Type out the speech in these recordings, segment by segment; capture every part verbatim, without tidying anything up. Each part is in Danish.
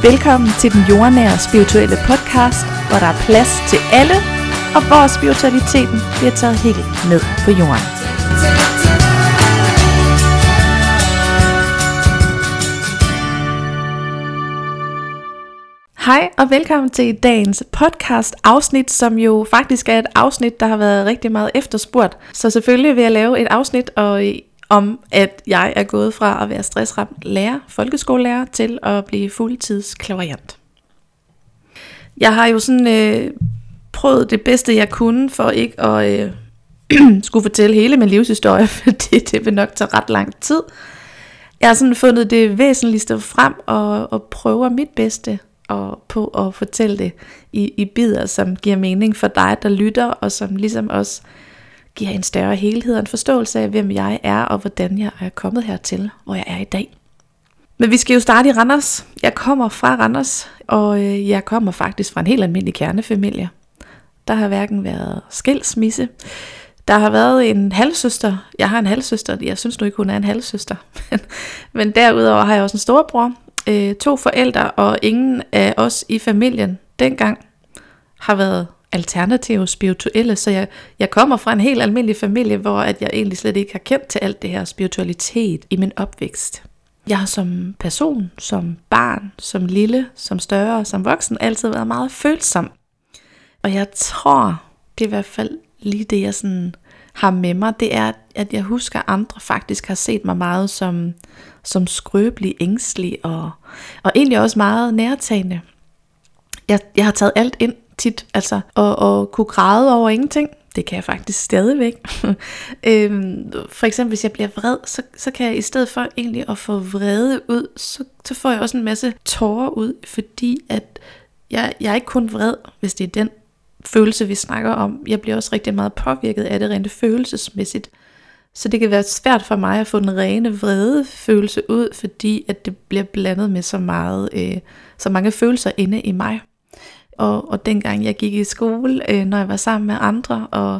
Velkommen til den jordnære spirituelle podcast, hvor der er plads til alle, og hvor spiritualiteten bliver taget helt ned på jorden. Hej og velkommen til dagens podcast afsnit, som jo faktisk er et afsnit, der har været rigtig meget efterspurgt. Så selvfølgelig vil jeg lave et afsnit og, om, at jeg er gået fra at være stressramt lærer, folkeskolelærer, til at blive fuldtids clairvoyant. Jeg har jo sådan øh, prøvet det bedste jeg kunne for ikke at øh, skulle fortælle hele min livshistorie, fordi det vil nok tage ret lang tid. Jeg har sådan fundet det væsentligste frem og, og prøver mit bedste og på at fortælle det i, i bidder, som giver mening for dig, der lytter, og som ligesom også giver en større helhed og en forståelse af, hvem jeg er, og hvordan jeg er kommet hertil, hvor jeg er i dag. Men vi skal jo starte i Randers. Jeg kommer fra Randers, og jeg kommer faktisk fra en helt almindelig kernefamilie. Der har hverken været skilsmisse. Der har været en halvsøster. Jeg har en halvsøster. Jeg synes nu ikke, hun er en halvsøster. Men derudover har jeg også en storebror. Øh, to forældre, og ingen af os i familien dengang har været alternative spirituelle, så jeg, jeg kommer fra en helt almindelig familie, hvor at jeg egentlig slet ikke har kendt til alt det her spiritualitet i min opvækst. Jeg har som person, som barn, som lille, som større, som voksen altid været meget følsom. Og jeg tror, det er i hvert fald lige det, jeg sådan har med mig, det er, at jeg husker, at andre faktisk har set mig meget som, som skrøbelig, ængstelig og, og egentlig også meget nærtagende. Jeg, jeg har taget alt ind tit, altså, og, og kunne græde over ingenting. Det kan jeg faktisk stadigvæk. øhm, for eksempel, hvis jeg bliver vred, så, så kan jeg i stedet for egentlig at få vrede ud, så, så får jeg også en masse tårer ud, fordi at jeg, jeg er ikke kun vred, hvis det er den følelse, vi snakker om. Jeg bliver også rigtig meget påvirket af det rent følelsesmæssigt. Så det kan være svært for mig at få den rene vrede følelse ud, fordi at det bliver blandet med så meget, øh, så mange følelser inde i mig. Og, og dengang jeg gik i skole, øh, når jeg var sammen med andre, og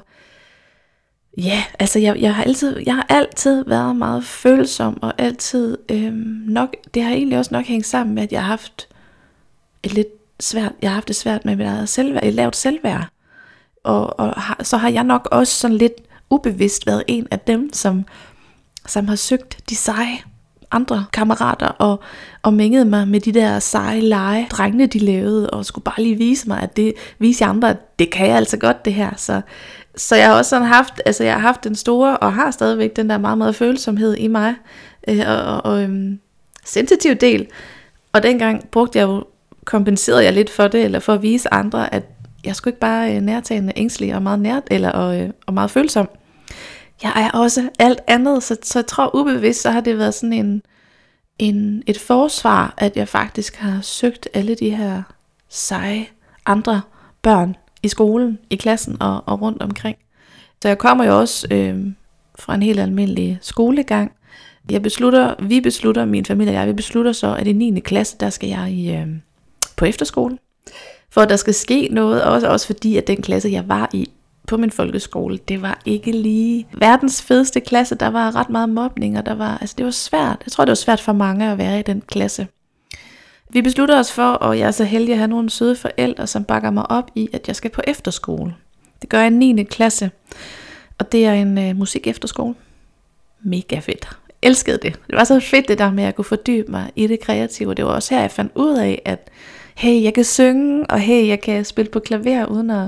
ja, altså jeg, jeg har altid, jeg har altid været meget følsom, og altid øh, nok, det har egentlig også nok hængt sammen med, at jeg har haft et lidt svært, jeg har haft det svært med mit eget selvværd, et lavt selvværd. Og, og har, så har jeg nok også sådan lidt ubevidst været en af dem, som, som har søgt de seje andre kammerater, og, og mængede mig med de der seje lege, drengene de lavede, og skulle bare lige vise mig, at det, vise andre, at det kan jeg altså godt det her. Så, så jeg har også sådan haft, altså jeg har haft den store, og har stadigvæk den der meget, meget følsomhed i mig, øh, og, og, og øhm, sensitiv del. Og dengang brugte jeg jo, kompenserede jeg lidt for det, eller for at vise andre, at jeg skulle ikke bare øh, nærtagende, ængstelig og meget nært, eller og, øh, og meget følsom. Jeg er også alt andet, så, så jeg tror ubevidst, så har det været sådan en, en, et forsvar, at jeg faktisk har søgt alle de her seje andre børn i skolen, i klassen og, og rundt omkring. Så jeg kommer jo også øh, fra en helt almindelig skolegang. Jeg beslutter, vi beslutter, min familie og jeg, vi beslutter så, at i niende klasse, der skal jeg i, øh, på efterskole. For at der skal ske noget, også, også fordi at den klasse, jeg var i på min folkeskole, det var ikke lige verdens fedeste klasse. Der var ret meget mobning, og der var, altså det var svært. Jeg tror, det var svært for mange at være i den klasse. Vi beslutter os for, og jeg er så heldig at have nogle søde forældre, som bakker mig op i, at jeg skal på efterskole. Det gør jeg i niende klasse, og det er en øh, musikefterskole. Mega fedt. Jeg elskede det. Det var så fedt det der med at kunne fordybe mig i det kreative. Det var også her, jeg fandt ud af, at hey, jeg kan synge, og hey, jeg kan spille på klaver uden at,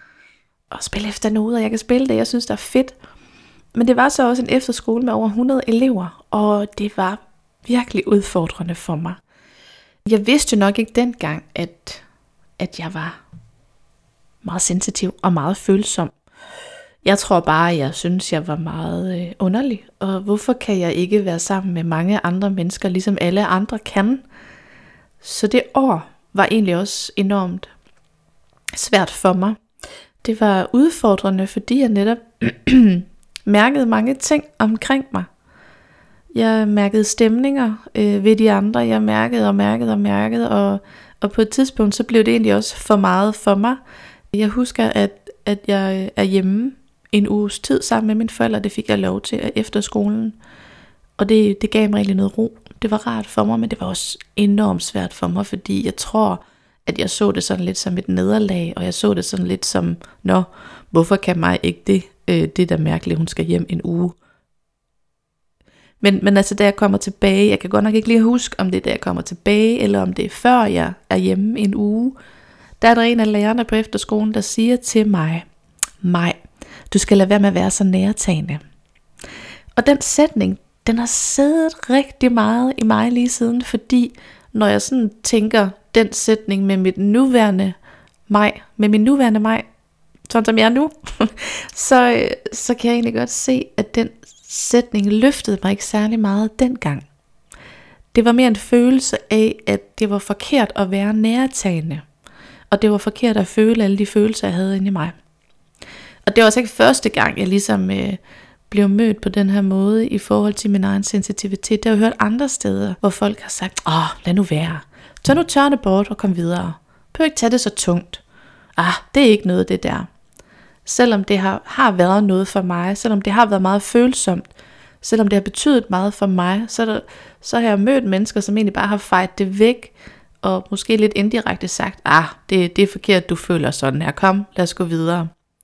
at spille efter noder. Jeg kan spille det, jeg synes, det er fedt. Men det var så også en efterskole med over hundrede elever, og det var virkelig udfordrende for mig. Jeg vidste jo nok ikke dengang, at, at jeg var meget sensitiv og meget følsom. Jeg tror bare, at jeg synes, jeg var meget øh, underlig. Og hvorfor kan jeg ikke være sammen med mange andre mennesker, ligesom alle andre kan? Så det år var egentlig også enormt svært for mig. Det var udfordrende, fordi jeg netop mærkede mange ting omkring mig. Jeg mærkede stemninger øh, ved de andre. Jeg mærkede og mærkede og mærkede. Og, og på et tidspunkt, så blev det egentlig også for meget for mig. Jeg husker, at, at jeg er hjemme en uges tid sammen med mine forældre. Det fik jeg lov til efter skolen. Og det, det gav mig egentlig noget ro. Det var rart for mig, men det var også enormt svært for mig, fordi jeg tror, at jeg så det sådan lidt som et nederlag, og jeg så det sådan lidt som, nå, hvorfor kan mig ikke det? Øh, det er da mærkeligt, hun skal hjem en uge. Men, men altså, da jeg kommer tilbage, jeg kan godt nok ikke lige huske, om det er da jeg kommer tilbage, eller om det er før jeg er hjemme en uge, der er der en af lærerne på efterskolen, der siger til mig, Maj, du skal lade være med at være så nærtagende. Og den sætning, den har siddet rigtig meget i mig lige siden, fordi når jeg sådan tænker den sætning med mit nuværende mig, med min nuværende mig, sådan som jeg er nu, så, så kan jeg egentlig godt se, at den sætning løftede mig ikke særlig meget dengang. Det var mere en følelse af, at det var forkert at være nærtagende, og det var forkert at føle alle de følelser, jeg havde inde i mig. Og det var også ikke første gang, jeg ligesom øh, blev mødt på den her måde i forhold til min egen sensitivitet. Det har jeg hørt andre steder, hvor folk har sagt, åh, lad nu være. Tag nu tørne bort og kom videre. Prøv ikke tage det så tungt. Ah, det er ikke noget det der. Selvom det har, har været noget for mig, selvom det har været meget følsomt, selvom det har betydet meget for mig, så, der, så har jeg mødt mennesker, som egentlig bare har fejret det væk, og måske lidt indirekte sagt, ah, det, det er forkert, du føler sådan her, kom, lad os gå videre.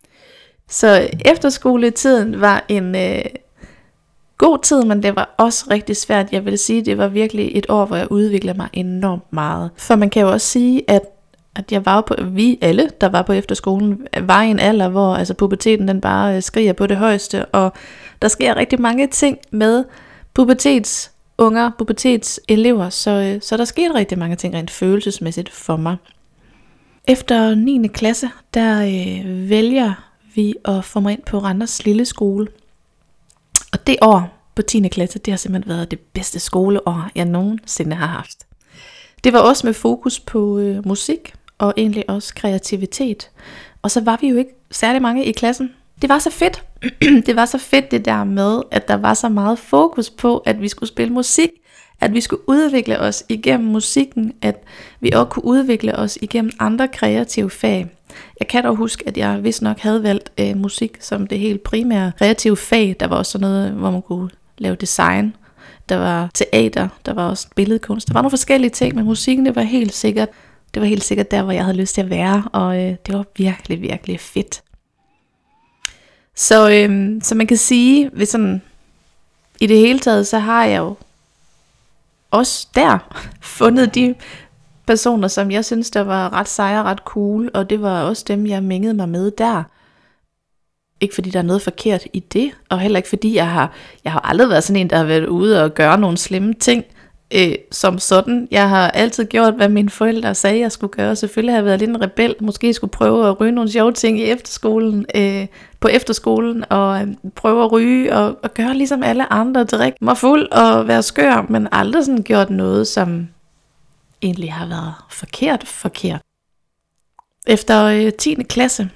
Så efterskoletiden var en øh, god tid, men det var også rigtig svært. Jeg vil sige, det var virkelig et år, hvor jeg udviklede mig enormt meget. For man kan jo også sige, at, at jeg var på, vi alle, der var på efterskolen, var i en alder, hvor altså, puberteten den bare skriger på det højeste, og der sker rigtig mange ting med pubertets unger, pubertets elever, så, så der skete rigtig mange ting rent følelsesmæssigt for mig. Efter niende klasse, der øh, vælger vi at få mig ind på Randers Lille Skole. Og det år på tiende klasse, det har simpelthen været det bedste skoleår, jeg nogensinde har haft. Det var også med fokus på øh, musik, og egentlig også kreativitet. Og så var vi jo ikke særlig mange i klassen. Det var så fedt. Det var så fedt det der med, at der var så meget fokus på, at vi skulle spille musik, at vi skulle udvikle os igennem musikken, at vi også kunne udvikle os igennem andre kreative fag. Jeg kan dog huske, at jeg vist nok havde valgt øh, musik som det helt primære kreative fag. Der var også sådan noget, hvor man kunne lave design. Der var teater, der var også billedkunst. Der var nogle forskellige ting, men musikken, det var helt sikkert, det var helt sikkert der, hvor jeg havde lyst til at være, og øh, det var virkelig, virkelig fedt. Så, øh, så man kan sige, hvis sådan, i det hele taget, så har jeg jo også der fundet de personer, som jeg synes, der var ret seje og ret cool, og det var også dem, jeg mængede mig med der. Ikke fordi der er noget forkert i det, og heller ikke fordi jeg har, jeg har aldrig været sådan en, der har været ude og gøre nogle slemme ting øh, som sådan. Jeg har altid gjort, hvad mine forældre sagde, jeg skulle gøre. Selvfølgelig har jeg været lidt en rebel, måske skulle prøve at ryge nogle sjove ting i efterskolen, øh, på efterskolen, og øh, prøve at ryge, og, og gøre ligesom alle andre, drikke mig fuld og være skør, men aldrig sådan gjort noget, som egentlig har været forkert, forkert. Efter øh, tiende klasse,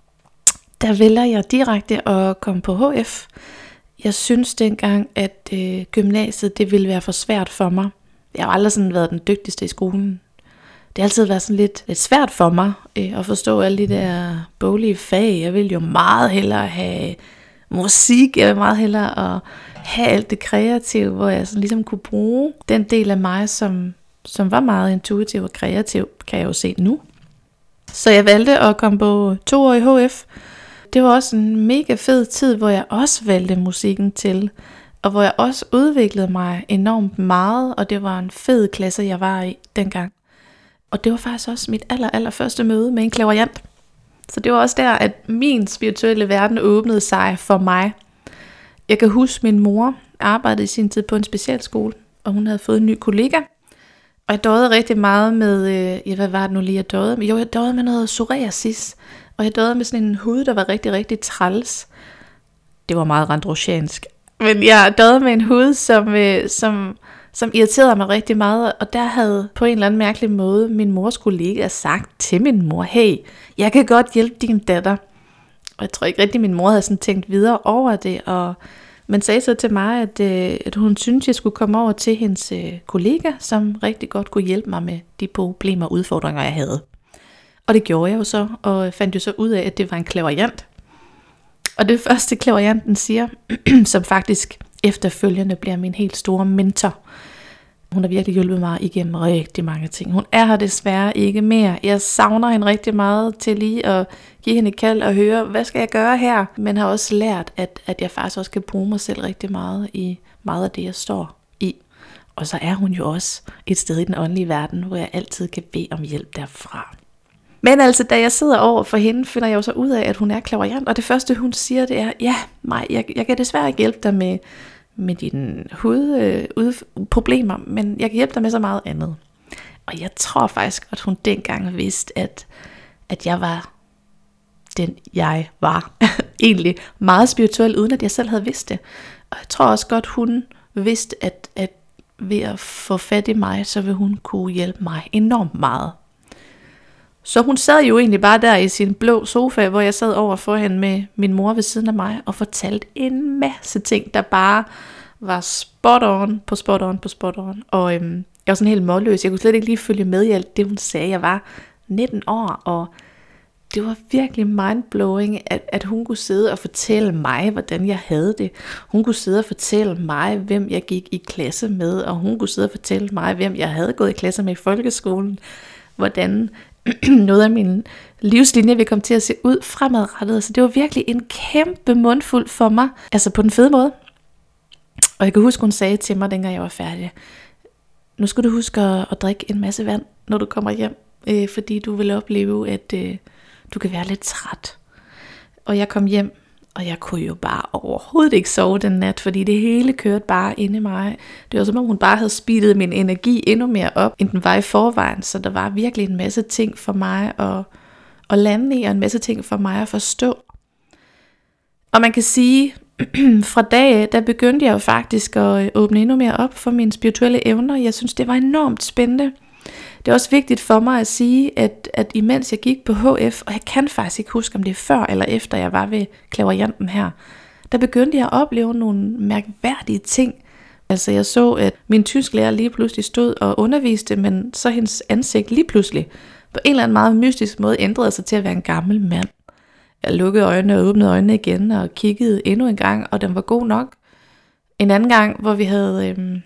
der vælger jeg direkte at komme på H F. Jeg synes dengang, at øh, gymnasiet, det ville være for svært for mig. Jeg har aldrig sådan været den dygtigste i skolen. Det har altid været sådan lidt, lidt svært for mig øh, at forstå alle de der boglige fag. Jeg ville jo meget hellere have musik, jeg ville meget hellere at have alt det kreative, hvor jeg sådan ligesom kunne bruge den del af mig, som, som var meget intuitiv og kreativ, kan jeg jo se nu. Så jeg valgte at komme på to år i H F. Det var også en mega fed tid, hvor jeg også valgte musikken til, og hvor jeg også udviklede mig enormt meget, og det var en fed klasse, jeg var i dengang. Og det var faktisk også mit aller, aller første møde med en clairvoyant. Så det var også der, at min spirituelle verden åbnede sig for mig. Jeg kan huske, min mor arbejdede i sin tid på en specialskole, og hun havde fået en ny kollega. Og jeg døjede rigtig meget med, øh, ja, hvad var det nu lige, jeg døjede med? Jo, jeg døjede med noget psoriasis, og jeg døjede med sådan en hud, der var rigtig, rigtig træls. Det var meget randrosiansk. Men jeg døjede med en hud, som, øh, som, som irriterede mig rigtig meget, og der havde på en eller anden mærkelig måde min mors kollega sagt til min mor, hey, jeg kan godt hjælpe din datter. Og jeg tror ikke rigtig, min mor havde sådan tænkt videre over det, og men sagde så til mig, at, øh, at hun syntes, jeg skulle komme over til hendes øh, kollega, som rigtig godt kunne hjælpe mig med de problemer og udfordringer, jeg havde. Og det gjorde jeg jo så, og fandt jo så ud af, at det var en clairvoyant. Og det første clairvoyanten siger, som faktisk efterfølgende bliver min helt store mentor. Hun har virkelig hjulpet mig igennem rigtig mange ting. Hun er her desværre ikke mere. Jeg savner hende rigtig meget til lige at give hende et kald og høre, hvad skal jeg gøre her? Men har også lært, at, at jeg faktisk også kan bruge mig selv rigtig meget i meget af det, jeg står i. Og så er hun jo også et sted i den åndelige verden, hvor jeg altid kan bede om hjælp derfra. Men altså, da jeg sidder over for hende, finder jeg jo så ud af, at hun er clairvoyant. Og det første, hun siger, det er, ja, Maj, jeg, jeg kan desværre ikke hjælpe dig med, med dine hudproblemer, øh, men jeg kan hjælpe dig med så meget andet. Og jeg tror faktisk, at hun dengang vidste, at, at jeg var den, jeg var. Egentlig meget spirituel, uden at jeg selv havde vidst det. Og jeg tror også godt, hun vidste, at, at ved at få fat i mig, så vil hun kunne hjælpe mig enormt meget. Så hun sad jo egentlig bare der i sin blå sofa, hvor jeg sad over for hende med min mor ved siden af mig, og fortalte en masse ting, der bare var spot on på spot on på spot on. Og øhm, jeg var sådan helt målløs. Jeg kunne slet ikke lige følge med i alt det, hun sagde. Jeg var nitten år, og det var virkelig mindblowing, at, at hun kunne sidde og fortælle mig, hvordan jeg havde det. Hun kunne sidde og fortælle mig, hvem jeg gik i klasse med, og hun kunne sidde og fortælle mig, hvem jeg havde gået i klasse med i folkeskolen. Hvordan noget af min livslinje vil komme til at se ud fremadrettet. Så det var virkelig en kæmpe mundfuld for mig, altså på den fede måde. Og jeg kan huske, hun sagde til mig, dengang jeg var færdig, nu skal du huske at, at drikke en masse vand, når du kommer hjem, øh, fordi du vil opleve, at øh, du kan være lidt træt. Og jeg kom hjem, og jeg kunne jo bare overhovedet ikke sove den nat, fordi det hele kørte bare inde i mig. Det var som om hun bare havde speedet min energi endnu mere op, end den var i forvejen. Så der var virkelig en masse ting for mig at, at lande i, og en masse ting for mig at forstå. Og man kan sige, fra dag af, der begyndte jeg jo faktisk at åbne endnu mere op for mine spirituelle evner. Jeg synes, det var enormt spændende. Det er også vigtigt for mig at sige, at, at imens jeg gik på H F, og jeg kan faktisk ikke huske, om det er før eller efter jeg var ved clairvoyanten her, der begyndte jeg at opleve nogle mærkværdige ting. Altså jeg så, at min tysklærer lige pludselig stod og underviste, men så hendes ansigt lige pludselig på en eller anden meget mystisk måde ændrede sig til at være en gammel mand. Jeg lukkede øjnene og åbnede øjnene igen og kiggede endnu en gang, og den var god nok. En anden gang, hvor vi havde øhm,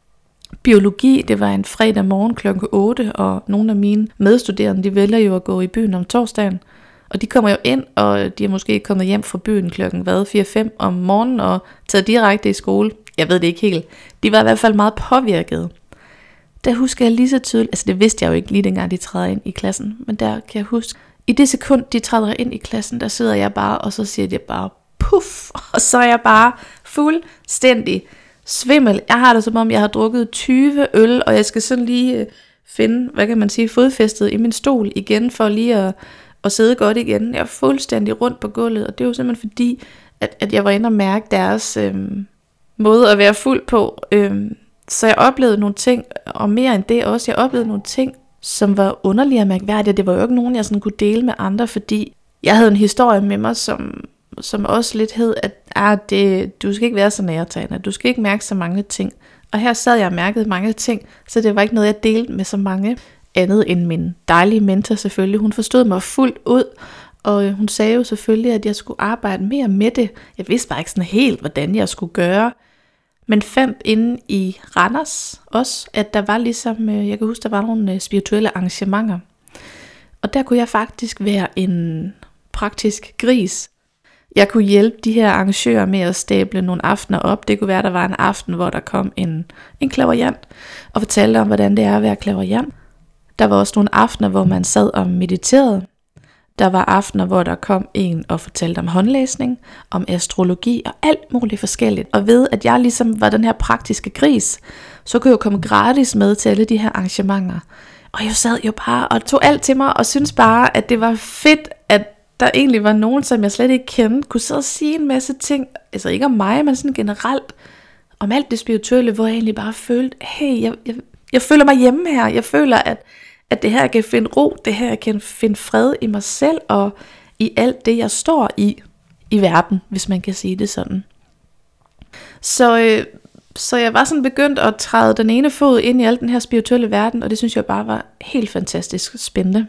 biologi, det var en fredag morgen klokken otte, og nogle af mine medstuderende, de vælger jo at gå i byen om torsdagen. Og de kommer jo ind, og de er måske kommet hjem fra byen klokken hvad, fire fem om morgenen og taget direkte i skole. Jeg ved det ikke helt. De var i hvert fald meget påvirket. Der husker jeg lige så tydeligt, altså det vidste jeg jo ikke lige dengang de træder ind i klassen, men der kan jeg huske, i det sekund de træder ind i klassen, der sidder jeg bare, og så siger de bare puff, og så er jeg bare fuldstændig svimmel. Jeg har det som om, jeg har drukket tyve øl, og jeg skal sådan lige finde, hvad kan man sige, fodfæstet i min stol igen, for lige at, at sidde godt igen. Jeg er fuldstændig rundt på gulvet, og det er jo simpelthen fordi, at, at jeg var inde og mærke deres øhm, måde at være fuld på. Øhm, så jeg oplevede nogle ting, og mere end det også, jeg oplevede nogle ting, som var underlige og mærkværdige. Det var jo ikke nogen, jeg sådan kunne dele med andre, fordi jeg havde en historie med mig, som, som også lidt hed, at ah, det, du skal ikke være så nærtagende, du skal ikke mærke så mange ting. Og her sad jeg og mærkede mange ting, så det var ikke noget, jeg delte med så mange andet end min dejlige mentor selvfølgelig. Hun forstod mig fuldt ud, og hun sagde jo selvfølgelig, at jeg skulle arbejde mere med det. Jeg vidste bare ikke sådan helt, hvordan jeg skulle gøre. Men fandt inde i Randers også, at der var ligesom, jeg kan huske, der var nogle spirituelle arrangementer. Og der kunne jeg faktisk være en praktisk gris. Jeg kunne hjælpe de her arrangører med at stable nogle aftener op. Det kunne være, der var en aften, hvor der kom en, en clairvoyant og fortalte om, hvordan det er at være clairvoyant. Der var også nogle aftener, hvor man sad og mediterede. Der var aftener, hvor der kom en og fortalte om håndlæsning, om astrologi og alt muligt forskelligt. Og ved, at jeg ligesom var den her praktiske gris, så kunne jeg jo komme gratis med til alle de her arrangementer. Og jeg sad jo bare og tog alt til mig og syntes bare, at det var fedt, at der egentlig var nogen, som jeg slet ikke kendte, kunne sidde og sige en masse ting. Altså ikke om mig, men sådan generelt om alt det spirituelle, hvor jeg egentlig bare følte, hey, jeg, jeg, jeg føler mig hjemme her. Jeg føler, at At det her kan finde ro, det her kan finde fred i mig selv, og i alt det, jeg står i, i verden, hvis man kan sige det sådan. Så, øh, så jeg var sådan begyndt at træde den ene fod ind i al den her spirituelle verden, og det synes jeg bare var helt fantastisk spændende.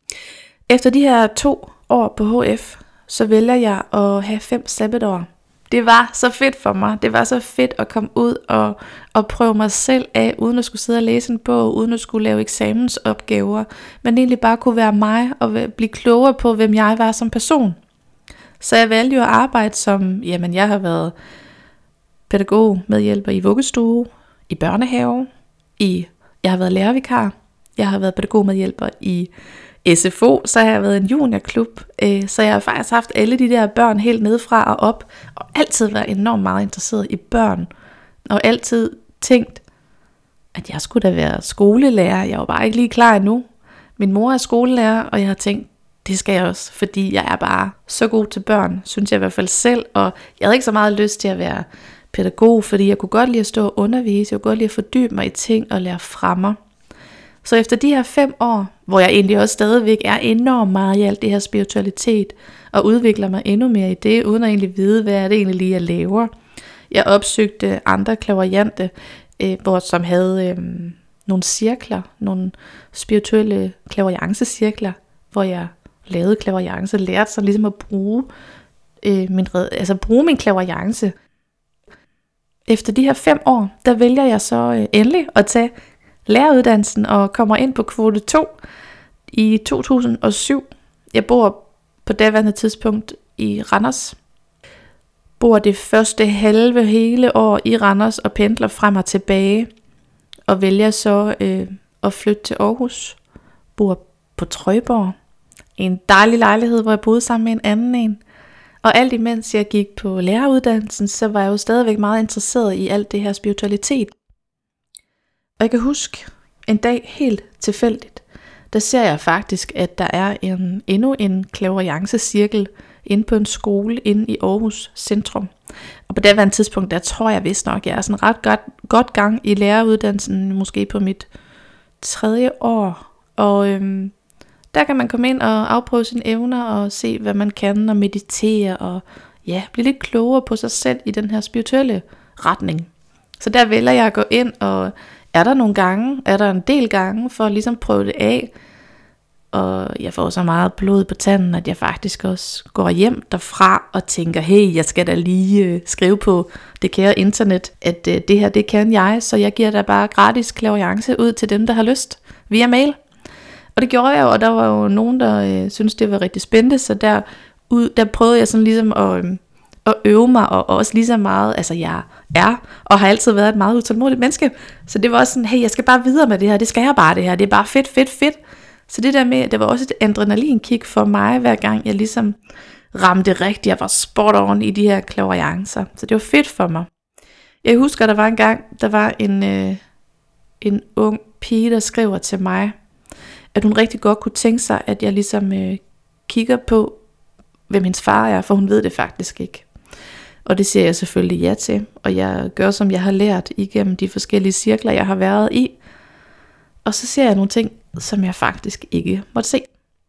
Efter de her to år på H F, så vælger jeg at have fem sabbatår. det var så fedt for mig. Det var så fedt at komme ud og, og prøve mig selv af, uden at skulle sidde og læse en bog, uden at skulle lave eksamensopgaver, men egentlig bare kunne være mig og blive klogere på, hvem jeg var som person. Så jeg valgte jo at arbejde som, jamen jeg har været pædagog medhjælper i vuggestue, i børnehave, i, jeg har været lærervikar, jeg har været pædagog medhjælper i S F O, så har jeg været en juniorklub, øh, så jeg har faktisk haft alle de der børn helt nedefra og op, og altid været enormt meget interesseret i børn, og altid tænkt, at jeg skulle da være skolelærer. Jeg var bare ikke lige klar endnu. Min mor er skolelærer, og jeg har tænkt, det skal jeg også, fordi jeg er bare så god til børn, synes jeg i hvert fald selv, og jeg havde ikke så meget lyst til at være pædagog, fordi jeg kunne godt lide at stå og undervise, jeg kunne godt lide at fordybe mig i ting og lære fra mig. Så efter de her fem år, hvor jeg egentlig også stadigvæk er enormt meget i alt det her spiritualitet, og udvikler mig endnu mere i det, uden at egentlig vide, hvad er det egentlig lige, jeg laver. Jeg opsøgte andre clairvoyante, øh, hvor, som havde øh, nogle cirkler, nogle spirituelle clairvoyance-cirkler, hvor jeg lavede clairvoyance, lærte så ligesom at bruge, øh, min, altså bruge min clairvoyance. Efter de her fem år, der vælger jeg så øh, endelig at tage læreruddannelsen og kommer ind på kvote to i to tusind og syv. Jeg bor på daværende tidspunkt i Randers. Bor det første halve hele år i Randers og pendler frem og tilbage. Og vælger så øh, at flytte til Aarhus. Bor på Trøjborg. En dejlig lejlighed, hvor jeg boede sammen med en anden en. Og alt imens jeg gik på læreruddannelsen, så var jeg jo stadigvæk meget interesseret i alt det her spiritualitet. Og jeg kan huske en dag helt tilfældigt, der ser jeg faktisk, at der er en, endnu en clairvoyance-cirkel inde på en skole inde i Aarhus Centrum. Og på det tidspunkt, der tror jeg vist nok, jeg er sådan ret godt, godt gang i læreruddannelsen, måske på mit tredje år. Og øhm, der kan man komme ind og afprøve sine evner og se, hvad man kan, og meditere og ja, blive lidt klogere på sig selv i den her spirituelle retning. Så der vælger jeg at gå ind, og er der nogle gange, er der en del gange, for at ligesom prøve det af. Og jeg får så meget blod på tanden, at jeg faktisk også går hjem derfra og tænker, hey, jeg skal da lige øh, skrive på det kære internet, at øh, det her, det kan jeg, så jeg giver da bare gratis clairvoyance ud til dem, der har lyst, via mail. Og det gjorde jeg jo, og der var jo nogen, der øh, syntes, det var rigtig spændende, så der, ud, der prøvede jeg sådan ligesom at, øh, at øve mig, og, og også lige så meget, altså jeg er, og har altid været et meget utålmodigt menneske, så det var også sådan, hey, jeg skal bare videre med det her, det skal jeg bare det her, det er bare fedt, fedt, fedt. Så det der med, det var også et adrenalinkick for mig, hver gang jeg ligesom ramte rigtigt, jeg var spot on i de her clairvoyancer, så det var fedt for mig. Jeg husker, der var en gang, der var en, øh, en ung pige, der skriver til mig, at hun rigtig godt kunne tænke sig, at jeg ligesom øh, kigger på, hvem hendes far er, for hun ved det faktisk ikke. Og det siger jeg selvfølgelig ja til, og jeg gør, som jeg har lært igennem de forskellige cirkler, jeg har været i. Og så ser jeg nogle ting, som jeg faktisk ikke måtte se.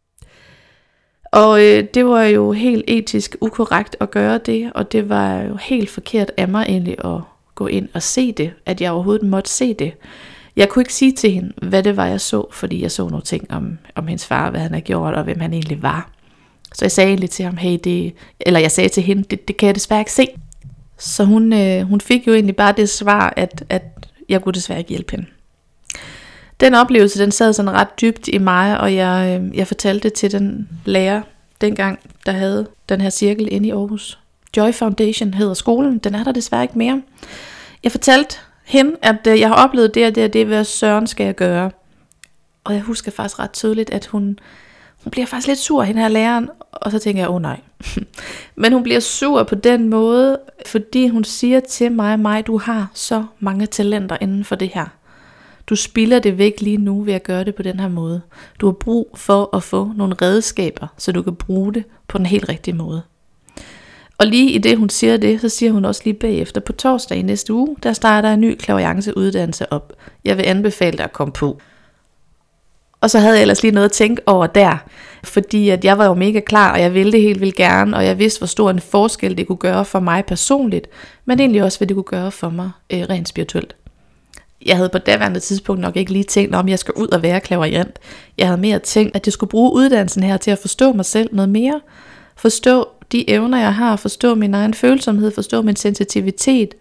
Og øh, det var jo helt etisk ukorrekt at gøre det, og det var jo helt forkert af mig egentlig at gå ind og se det, at jeg overhovedet måtte se det. Jeg kunne ikke sige til hende, hvad det var, jeg så, fordi jeg så nogle ting om, om hendes far, hvad han havde gjort, og hvem han egentlig var. Så jeg sagde egentlig til ham, hey, det, eller jeg sagde til hende, det, det kan jeg desværre ikke se. Så hun, øh, hun fik jo egentlig bare det svar, at, at jeg kunne desværre ikke hjælpe hende. Den oplevelse, den sad sådan ret dybt i mig, og jeg, øh, jeg fortalte det til den lærer, dengang, der havde den her cirkel inde i Aarhus. Joy Foundation hedder skolen, den er der desværre ikke mere. Jeg fortalte hende, at øh, jeg har oplevet det og det og det, hvad søren skal jeg gøre. Og jeg husker faktisk ret tydeligt, at hun, hun bliver faktisk lidt sur, hende her læreren, og så tænker jeg, åh oh, nej. Men hun bliver sur på den måde, fordi hun siger til mig, Maj, du har så mange talenter inden for det her. Du spilder det væk lige nu ved at gøre det på den her måde. Du har brug for at få nogle redskaber, så du kan bruge det på den helt rigtige måde. Og lige i det hun siger det, så siger hun også lige bagefter, på torsdag i næste uge, der starter en ny clairvoyance-uddannelse op. Jeg vil anbefale dig at komme på. Og så havde jeg ellers lige noget at tænke over der, fordi at jeg var jo mega klar, og jeg ville det helt vildt gerne, og jeg vidste, hvor stor en forskel det kunne gøre for mig personligt, men egentlig også, hvad det kunne gøre for mig øh, rent spirituelt. Jeg havde på daværende tidspunkt nok ikke lige tænkt, om jeg skal ud og være clairvoyant. Jeg havde mere tænkt, at jeg skulle bruge uddannelsen her til at forstå mig selv noget mere, forstå de evner, jeg har, forstå min egen følsomhed, forstå min sensitivitet.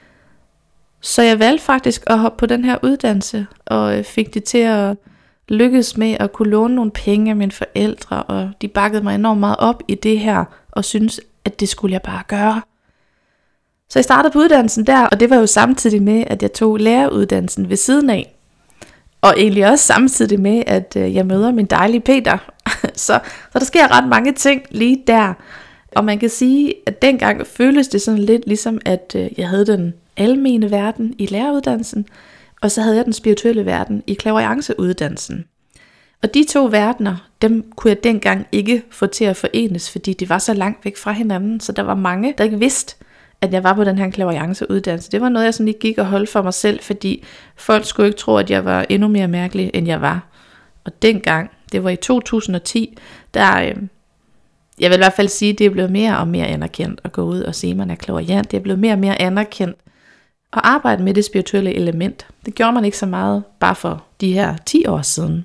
Så jeg valgte faktisk at hoppe på den her uddannelse, og fik det til at lykkes med at kunne låne nogle penge af mine forældre, og de bakkede mig enormt meget op i det her, og syntes, at det skulle jeg bare gøre. Så jeg startede på uddannelsen der, og det var jo samtidig med, at jeg tog læreruddannelsen ved siden af. Og egentlig også samtidig med, at jeg møder min dejlige Peter. så, så der sker ret mange ting lige der. Og man kan sige, at dengang føltes det sådan lidt ligesom, at jeg havde den almene verden i læreruddannelsen, og så havde jeg den spirituelle verden i clairvoyanceuddannelsen. Og de to verdener, dem kunne jeg dengang ikke få til at forenes, fordi de var så langt væk fra hinanden, så der var mange, der ikke vidste, at jeg var på den her clairvoyanceuddannelse. Det var noget, jeg sådan lige gik og holdt for mig selv, fordi folk skulle ikke tro, at jeg var endnu mere mærkelig, end jeg var. Og dengang, det var i to tusind og ti, der, øh, jeg vil i hvert fald sige, det er blevet mere og mere anerkendt at gå ud og sige, at man er clairvoyant. Det er blevet mere og mere anerkendt at arbejde med det spirituelle element. Det gjorde man ikke så meget bare for de her ti år siden.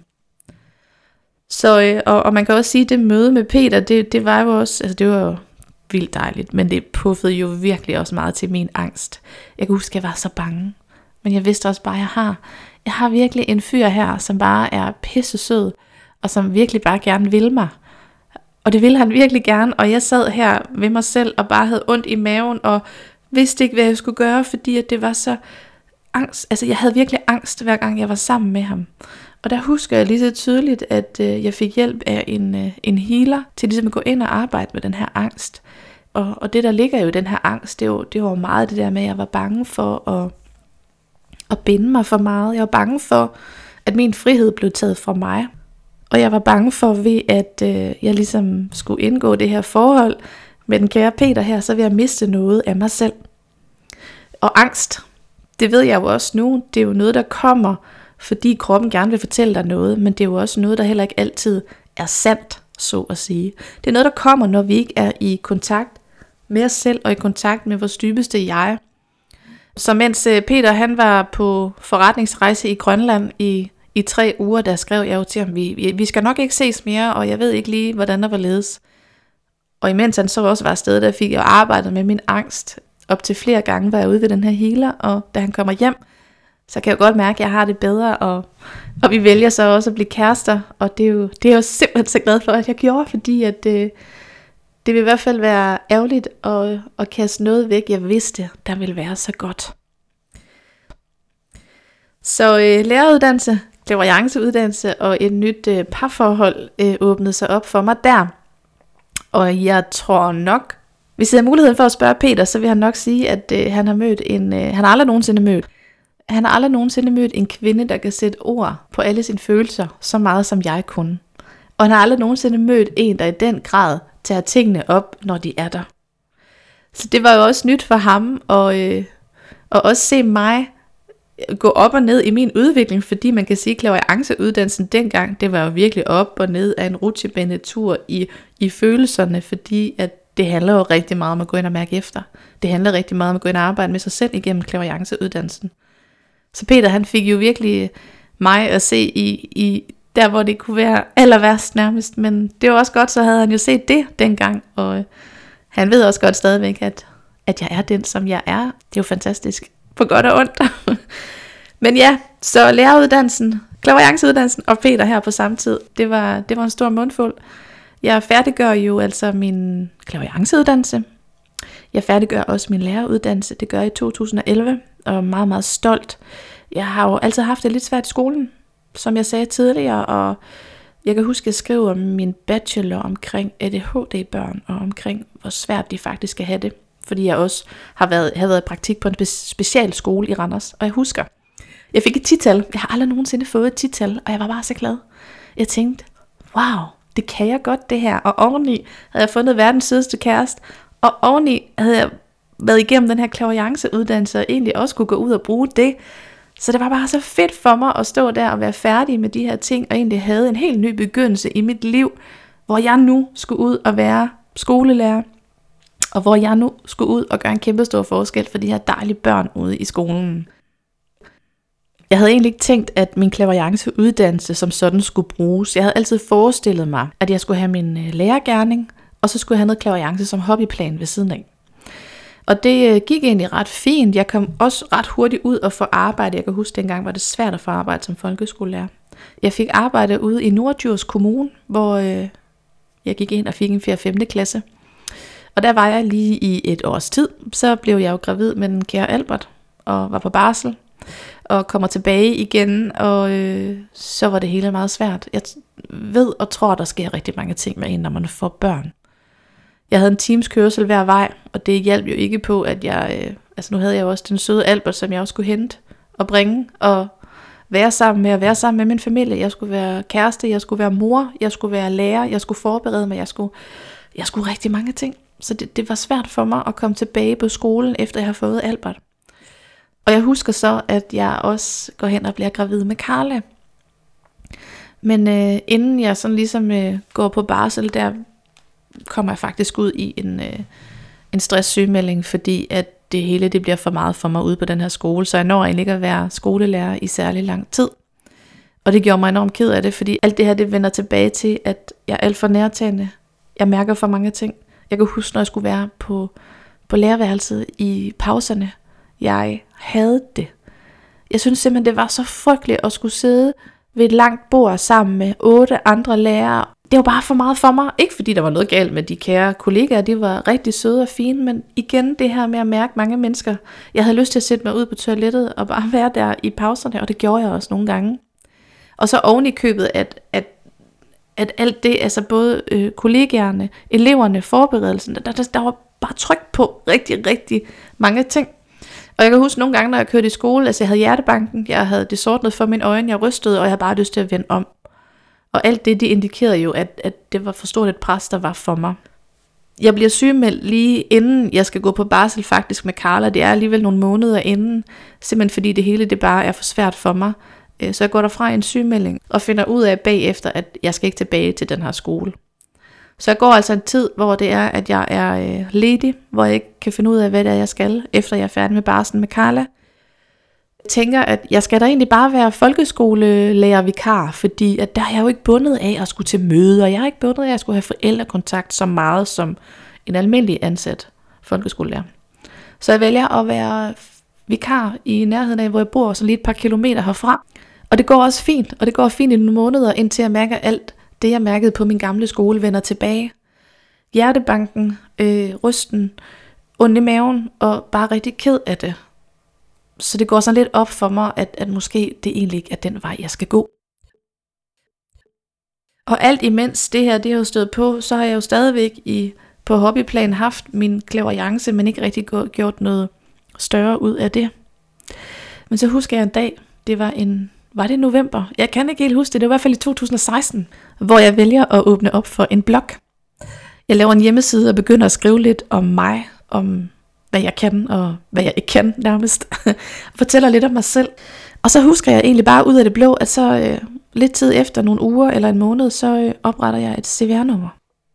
Så, øh, og, og man kan også sige, at det møde med Peter, det, det var jo også, altså det var jo vildt dejligt, men det puffede jo virkelig også meget til min angst. Jeg kan huske, at jeg var så bange, men jeg vidste også bare, at jeg har, jeg har virkelig en fyr her, som bare er pisse sød, og som virkelig bare gerne vil mig. Og det ville han virkelig gerne, og jeg sad her ved mig selv, og bare havde ondt i maven, og vidste ikke, hvad jeg skulle gøre, fordi at det var så angst. Altså jeg havde virkelig angst, hver gang jeg var sammen med ham. Og der husker jeg lige så tydeligt, at øh, jeg fik hjælp af en, øh, en healer til ligesom at gå ind og arbejde med den her angst. Og, og det der ligger jo i den her angst, det var, det var meget det der med, at jeg var bange for at, at binde mig for meget. Jeg var bange for, at min frihed blev taget fra mig. Og jeg var bange for ved, at øh, jeg ligesom skulle indgå det her forhold med den kære Peter her, så ville jeg miste noget af mig selv. Og angst, det ved jeg jo også nu, det er jo noget, der kommer, fordi kroppen gerne vil fortælle dig noget, men det er jo også noget, der heller ikke altid er sandt, så at sige. Det er noget, der kommer, når vi ikke er i kontakt med os selv, og i kontakt med vores dybeste jeg. Så mens Peter han var på forretningsrejse i Grønland i, i tre uger, der skrev jeg jo til ham, vi, vi skal nok ikke ses mere, og jeg ved ikke lige, hvordan der var ledes. Og imens han så også var afsted, der fik jeg arbejdet med min angst. Op til flere gange var jeg ude ved den her healer, og da han kommer hjem, så kan jeg godt mærke, at jeg har det bedre, og, og vi vælger så også at blive kærester, og det er jo, det er jeg jo simpelthen så glad for, at jeg gjorde, fordi at det, det vil i hvert fald være ærgerligt at, at kaste noget væk, jeg vidste, der ville være så godt. Så øh, læreruddannelse, clairvoyanceuddannelse og et nyt øh, parforhold øh, åbnede sig op for mig der, og jeg tror nok, hvis jeg har muligheden for at spørge Peter, så vil han nok sige, at øh, han har mødt en, øh, han har aldrig nogensinde mødt, Han har aldrig nogensinde mødt en kvinde, der kan sætte ord på alle sine følelser, så meget som jeg kunne. Og han har aldrig nogensinde mødt en, der i den grad tager tingene op, når de er der. Så det var jo også nyt for ham, og, øh, og også se mig gå op og ned i min udvikling, fordi man kan sige, at clairvoyanceuddannelsen dengang, det var jo virkelig op og ned af en rutsjebanetur i, i følelserne, fordi at det handler jo rigtig meget om at gå ind og mærke efter. Det handler rigtig meget om at gå ind og arbejde med sig selv igennem clairvoyanceuddannelsen. Så Peter han fik jo virkelig mig at se i, i der hvor det kunne være aller værst nærmest, men det var også godt, så havde han jo set det dengang, og han ved også godt stadigvæk, at, at jeg er den som jeg er. Det er jo fantastisk, på godt og ondt. Men ja, så læreruddannelsen, clairvoyanceuddannelsen og Peter her på samme tid, det var, det var en stor mundfuld. Jeg færdiggør jo altså min clairvoyanceuddannelse. Jeg færdiggør også min læreruddannelse, det gør jeg i to tusind og elleve, og er meget, meget stolt. Jeg har jo altid haft det lidt svært i skolen, som jeg sagde tidligere, og jeg kan huske, at jeg skrev om min bachelor omkring A D H D-børn, og omkring, hvor svært de faktisk skal have det, fordi jeg også har været, har været i praktik på en special skole i Randers, og jeg husker, jeg fik et tital, jeg har aldrig nogensinde fået et tital, og jeg var bare så glad. Jeg tænkte, wow, det kan jeg godt det her, og oveni havde jeg fundet verdens sødeste kæreste, og oveni havde jeg været igennem den her clairvoyanceuddannelse, og egentlig også kunne gå ud og bruge det. Så det var bare så fedt for mig at stå der og være færdig med de her ting, og egentlig havde en helt ny begyndelse i mit liv, hvor jeg nu skulle ud og være skolelærer, og hvor jeg nu skulle ud og gøre en kæmpe stor forskel for de her dejlige børn ude i skolen. Jeg havde egentlig ikke tænkt, at min clairvoyanceuddannelse som sådan skulle bruges. Jeg havde altid forestillet mig, at jeg skulle have min lærergerning, og og så skulle jeg have noget clairvoyance som hobbyplan ved siden af. Og det øh, gik egentlig ret fint. Jeg kom også ret hurtigt ud og få arbejde. Jeg kan huske, dengang var det svært at få arbejde som folkeskolelærer. Jeg fik arbejde ude i Norddjurs Kommune, hvor øh, jeg gik ind og fik en fjerde og femte klasse. Og der var jeg lige i et års tid. Så blev jeg jo gravid med den kære Albert og var på barsel. Og kommer tilbage igen, og øh, så var det hele meget svært. Jeg ved og tror, der sker rigtig mange ting med en, når man får børn. Jeg havde en times kørsel hver vej, og det hjalp jo ikke på, at jeg... Øh, altså nu havde jeg jo også den søde Albert, som jeg også skulle hente og bringe, og være sammen med, og være sammen med min familie. Jeg skulle være kæreste, jeg skulle være mor, jeg skulle være lærer, jeg skulle forberede mig, jeg skulle, jeg skulle rigtig mange ting. Så det, det var svært for mig at komme tilbage på skolen, efter jeg havde fået Albert. Og jeg husker så, at jeg også går hen og bliver gravid med Carla. Men øh, inden jeg sådan ligesom øh, går på barsel, der kommer jeg faktisk ud i en, øh, en stresssygemelding, fordi at det hele det bliver for meget for mig ude på den her skole, så jeg når egentlig ikke at være skolelærer i særlig lang tid. Og det gjorde mig enormt ked af det, fordi alt det her det vender tilbage til, at jeg er alt for nærtagende. Jeg mærker for mange ting. Jeg kan huske, når jeg skulle være på, på lærerværelset i pauserne. Jeg havde det. Jeg synes simpelthen, det var så frygteligt at skulle sidde ved et langt bord sammen med otte andre lærere. Det var bare for meget for mig. Ikke fordi der var noget galt med de kære kollegaer, de var rigtig søde og fine, men igen det her med at mærke mange mennesker. Jeg havde lyst til at sætte mig ud på toilettet og bare være der i pauserne, og det gjorde jeg også nogle gange. Og så oven i købet, at, at, at alt det, altså både øh, kollegaerne, eleverne, forberedelsen, der, der, der var bare tryk på rigtig, rigtig mange ting. Og jeg kan huske nogle gange, når jeg kørte i skole, altså jeg havde hjertebanken, jeg havde det sortnet for mine øjne, jeg rystede, og jeg havde bare lyst til at vende om. Og alt det, det indikerede jo, at, at det var for stort et pres, der var for mig. Jeg bliver sygemeldt lige inden jeg skal gå på barsel faktisk med Carla. Det er alligevel nogle måneder inden, simpelthen fordi det hele det bare er for svært for mig. Så jeg går derfra i en sygemelding og finder ud af bagefter, at jeg skal ikke tilbage til den her skole. Så jeg går altså en tid, hvor det er, at jeg er ledig, hvor jeg ikke kan finde ud af, hvad det er, jeg skal, efter jeg er færdig med barsel med Carla. Jeg tænker, at jeg skal da egentlig bare være folkeskolelærer-vikar, fordi at der er jeg jo ikke bundet af at skulle til møder, og jeg er ikke bundet af at skulle have forældrekontakt så meget som en almindelig ansat folkeskolelærer. Så jeg vælger at være vikar i nærheden af, hvor jeg bor, så lige et par kilometer herfra. Og det går også fint, og det går fint i nogle måneder, indtil jeg mærker alt det, jeg mærkede på min gamle skole, vender tilbage. Hjertebanken, øh, rysten, ondt i maven, og bare rigtig ked af det. Så det går sådan lidt op for mig, at, at måske det egentlig ikke er den vej, jeg skal gå. Og alt imens det her, det har jo stået på, så har jeg jo stadigvæk i, på hobbyplan haft min clairvoyance, men ikke rigtig gjort noget større ud af det. Men så husker jeg en dag, det var en, var det november? Jeg kan ikke helt huske det, det var i hvert fald i to tusind og seksten, hvor jeg vælger at åbne op for en blog. Jeg laver en hjemmeside og begynder at skrive lidt om mig, om hvad jeg kan og hvad jeg ikke kan nærmest, og fortæller lidt om mig selv. Og så husker jeg egentlig bare ud af det blå, at så øh, lidt tid efter nogle uger eller en måned, så øh, opretter jeg et C V R-nummer.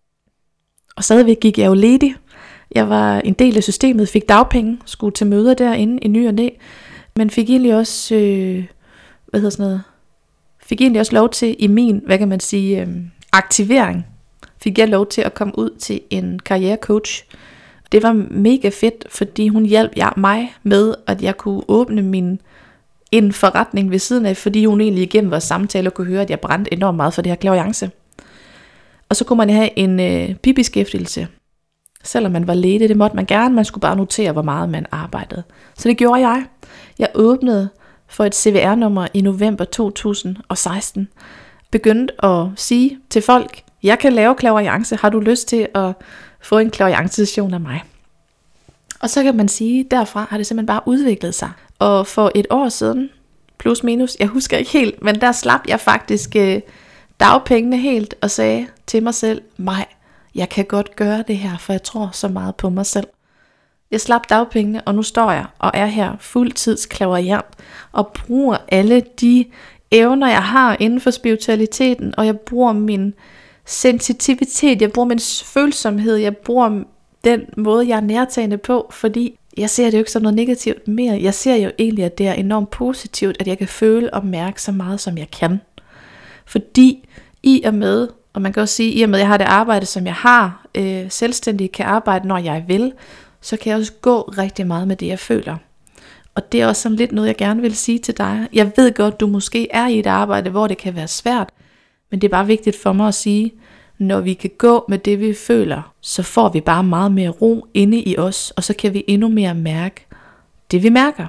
Og stadigvæk gik jeg jo ledig. Jeg var en del af systemet, fik dagpenge, skulle til møder derinde i ny og næ, men fik egentlig også, øh, hvad hedder sådan noget, fik egentlig også lov til i min, hvad kan man sige, øh, aktivering, fik jeg lov til at komme ud til en karrierecoach. Det var mega fedt, fordi hun hjalp jeg mig med, at jeg kunne åbne min en forretning ved siden af, fordi hun egentlig igennem vores samtale kunne høre, at jeg brændte enormt meget for det her clairvoyance. Og så kunne man have en øh, bibeskæftigelse, selvom man var ledig, det måtte man gerne, man skulle bare notere, hvor meget man arbejdede. Så det gjorde jeg. Jeg åbnede for et C V R-nummer i november to tusind og seksten, begyndte at sige til folk, jeg kan lave clairvoyance, har du lyst til at få en clairvoyance-session af mig? Og så kan man sige, derfra har det simpelthen bare udviklet sig. Og for et år siden, plus minus, jeg husker ikke helt, men der slap jeg faktisk øh, dagpengene helt og sagde til mig selv, mig, jeg kan godt gøre det her, for jeg tror så meget på mig selv. Jeg slap dagpengene, og nu står jeg og er her fuldtids clairvoyant og bruger alle de evner, jeg har inden for spiritualiteten, og jeg bruger min sensitivitet, jeg bruger min følsomhed, jeg bruger den måde, jeg er nærtagende på, fordi jeg ser det jo ikke som noget negativt mere. Jeg ser jo egentlig, at det er enormt positivt, at jeg kan føle og mærke så meget, som jeg kan. Fordi i og med, Og man kan også sige, at i og med at jeg har det arbejde, som jeg har, øh, selvstændig kan arbejde, når jeg vil, så kan jeg også gå rigtig meget med det, jeg føler. Og det er også sådan lidt noget, jeg gerne vil sige til dig. Jeg ved godt, du måske er i et arbejde, hvor det kan være svært, men det er bare vigtigt for mig at sige, når vi kan gå med det, vi føler, så får vi bare meget mere ro inde i os, og så kan vi endnu mere mærke det, vi mærker.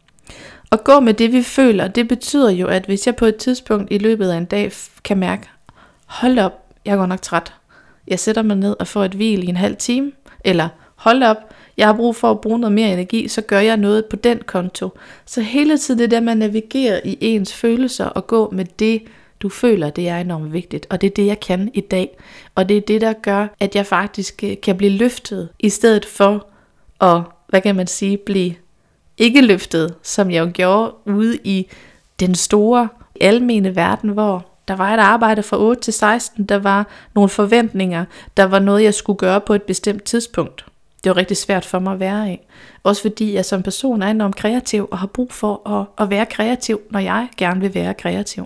At gå med det, vi føler, det betyder jo, at hvis jeg på et tidspunkt i løbet af en dag kan mærke, hold op, jeg er godt nok træt. Jeg sætter mig ned og får et hvil i en halv time, eller hold op, jeg har brug for at bruge noget mere energi, så gør jeg noget på den konto. Så hele tiden det der, man navigerer i ens følelser og gå med det, du føler, det er enormt vigtigt. Og det er det, jeg kan i dag. Og det er det, der gør, at jeg faktisk kan blive løftet, i stedet for at, hvad kan man sige, blive ikke løftet, som jeg jo gjorde ude i den store almene verden, hvor der var et arbejde fra otte til seksten, der var nogle forventninger, der var noget, jeg skulle gøre på et bestemt tidspunkt. Det var rigtig svært for mig at være i. Også fordi jeg som person er enormt kreativ, og har brug for at, at være kreativ, når jeg gerne vil være kreativ.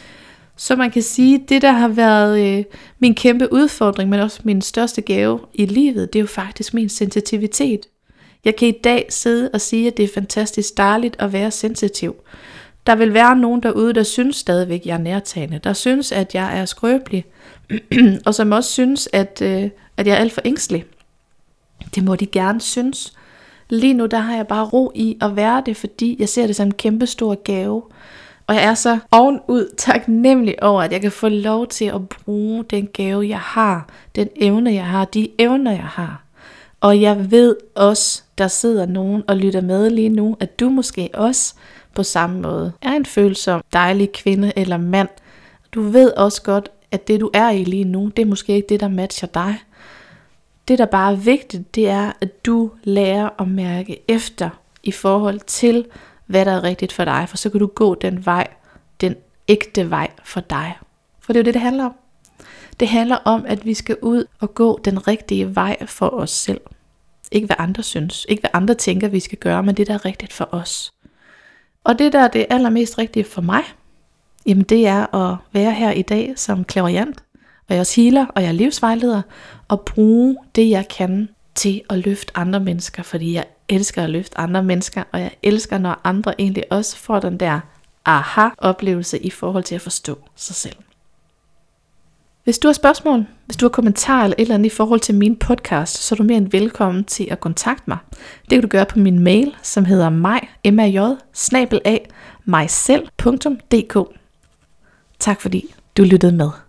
Så man kan sige, at det der har været øh, min kæmpe udfordring, men også min største gave i livet, det er jo faktisk min sensitivitet. Jeg kan i dag sidde og sige, at det er fantastisk dejligt at være sensitiv. Der vil være nogen derude, der synes stadigvæk, at jeg er nærtagende. Der synes, at jeg er skrøbelig. Og som også synes, at, øh, at jeg er alt for ængstelig. Det må de gerne synes. Lige nu der har jeg bare ro i at være det, fordi jeg ser det som en kæmpe stor gave. Og jeg er så ovenud taknemmelig over, at jeg kan få lov til at bruge den gave, jeg har. Den evne, jeg har. De evner, jeg har. Og jeg ved også, der sidder nogen og lytter med lige nu, at du måske også på samme måde er en følsom, dejlig kvinde eller mand. Du ved også godt, at det du er i lige nu, det er måske ikke det, der matcher dig. Det, der bare er vigtigt, det er, at du lærer at mærke efter i forhold til, hvad der er rigtigt for dig. For så kan du gå den vej, den ægte vej for dig. For det er jo det, det handler om. Det handler om, at vi skal ud og gå den rigtige vej for os selv. Ikke hvad andre synes, ikke hvad andre tænker, vi skal gøre, men det, der er rigtigt for os. Og det, der er det allermest rigtige for mig, jamen det er at være her i dag som clairvoyant, og jeg er også healer, og jeg er livsvejleder, og bruge det, jeg kan til at løfte andre mennesker, fordi jeg elsker at løfte andre mennesker, og jeg elsker, når andre egentlig også får den der aha-oplevelse i forhold til at forstå sig selv. Hvis du har spørgsmål, hvis du har kommentarer eller et eller andet i forhold til min podcast, så er du mere end velkommen til at kontakte mig. Det kan du gøre på min mail, som hedder maj bindestreg mig selv punktum d k. Tak fordi du lyttede med.